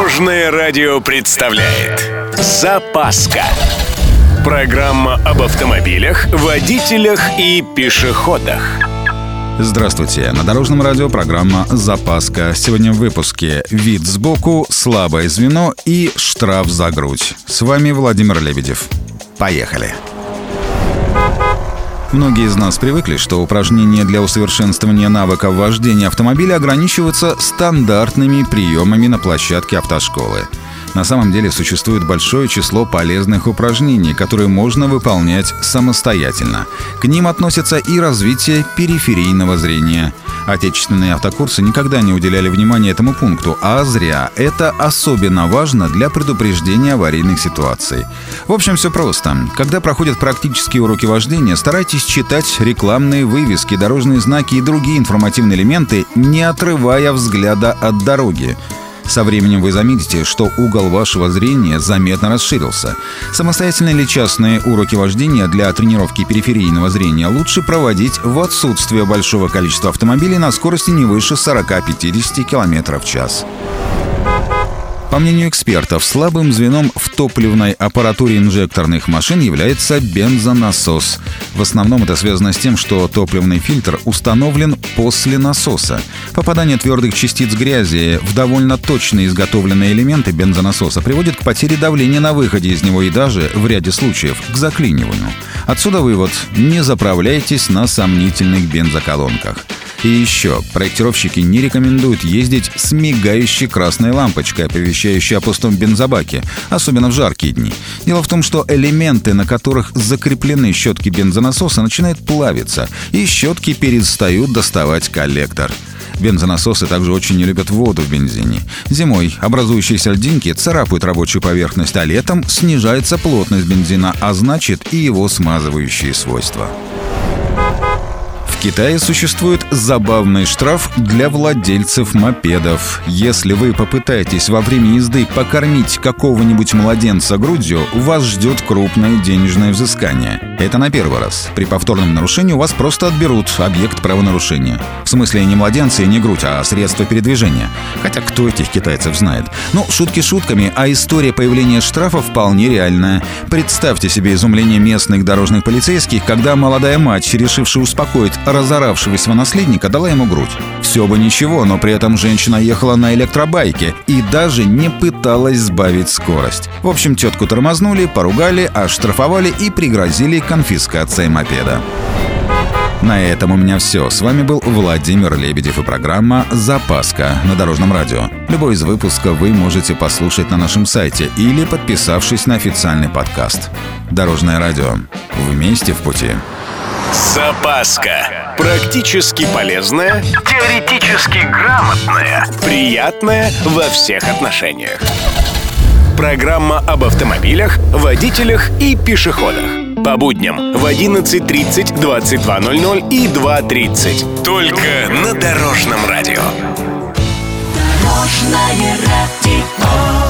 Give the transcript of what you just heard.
Дорожное радио представляет «Запаска». Программа об автомобилях, водителях и пешеходах. Здравствуйте, на Дорожном радио программа «Запаска». Сегодня в выпуске вид сбоку, слабое звено и штраф за грудь. С вами Владимир Лебедев. Поехали! Многие из нас привыкли, что упражнения для усовершенствования навыков вождения автомобиля ограничиваются стандартными приемами на площадке автошколы. На самом деле существует большое число полезных упражнений, которые можно выполнять самостоятельно. К ним относятся и развитие периферийного зрения. Отечественные автокурсы никогда не уделяли внимания этому пункту, а зря. Это особенно важно для предупреждения аварийных ситуаций. В общем, все просто. Когда проходят практические уроки вождения, старайтесь читать рекламные вывески, дорожные знаки и другие информативные элементы, не отрывая взгляда от дороги. Со временем вы заметите, что угол вашего зрения заметно расширился. Самостоятельные или частные уроки вождения для тренировки периферийного зрения лучше проводить в отсутствие большого количества автомобилей на скорости не выше 40-50 км в час. По мнению экспертов, слабым звеном в топливной аппаратуре инжекторных машин является бензонасос. В основном это связано с тем, что топливный фильтр установлен после насоса. Попадание твердых частиц грязи в довольно точно изготовленные элементы бензонасоса приводит к потере давления на выходе из него и даже, в ряде случаев, к заклиниванию. Отсюда вывод: не заправляйтесь на сомнительных бензоколонках. И еще, проектировщики не рекомендуют ездить с мигающей красной лампочкой, оповещающей о пустом бензобаке, особенно в жаркие дни. Дело в том, что элементы, на которых закреплены щетки бензонасоса, начинают плавиться, и щетки перестают доставать коллектор. Бензонасосы также очень не любят воду в бензине. Зимой образующиеся льдинки царапают рабочую поверхность, а летом снижается плотность бензина, а значит и его смазывающие свойства. В Китае существует забавный штраф для владельцев мопедов. Если вы попытаетесь во время езды покормить какого-нибудь младенца грудью, вас ждет крупное денежное взыскание. Это на первый раз. При повторном нарушении у вас просто отберут объект правонарушения. В смысле не младенца и не грудь, а средство передвижения. Хотя кто этих китайцев знает? Ну, шутки шутками, а история появления штрафа вполне реальная. Представьте себе изумление местных дорожных полицейских, когда молодая мать, решившая успокоить разоравшегося наследника, дала ему грудь. Все бы ничего, но при этом женщина ехала на электробайке и даже не пыталась сбавить скорость. В общем, тетку тормознули, поругали, оштрафовали и пригрозили конфискацией мопеда. На этом у меня все. С вами был Владимир Лебедев и программа «Запаска» на Дорожном радио. Любой из выпусков вы можете послушать на нашем сайте или подписавшись на официальный подкаст. Дорожное радио. Вместе в пути. Запаска. Практически полезная, теоретически грамотная, приятная во всех отношениях. Программа об автомобилях, водителях и пешеходах. По будням в 11:30, 22:00 и 2:30. Только на Дорожном радио. Дорожное радио.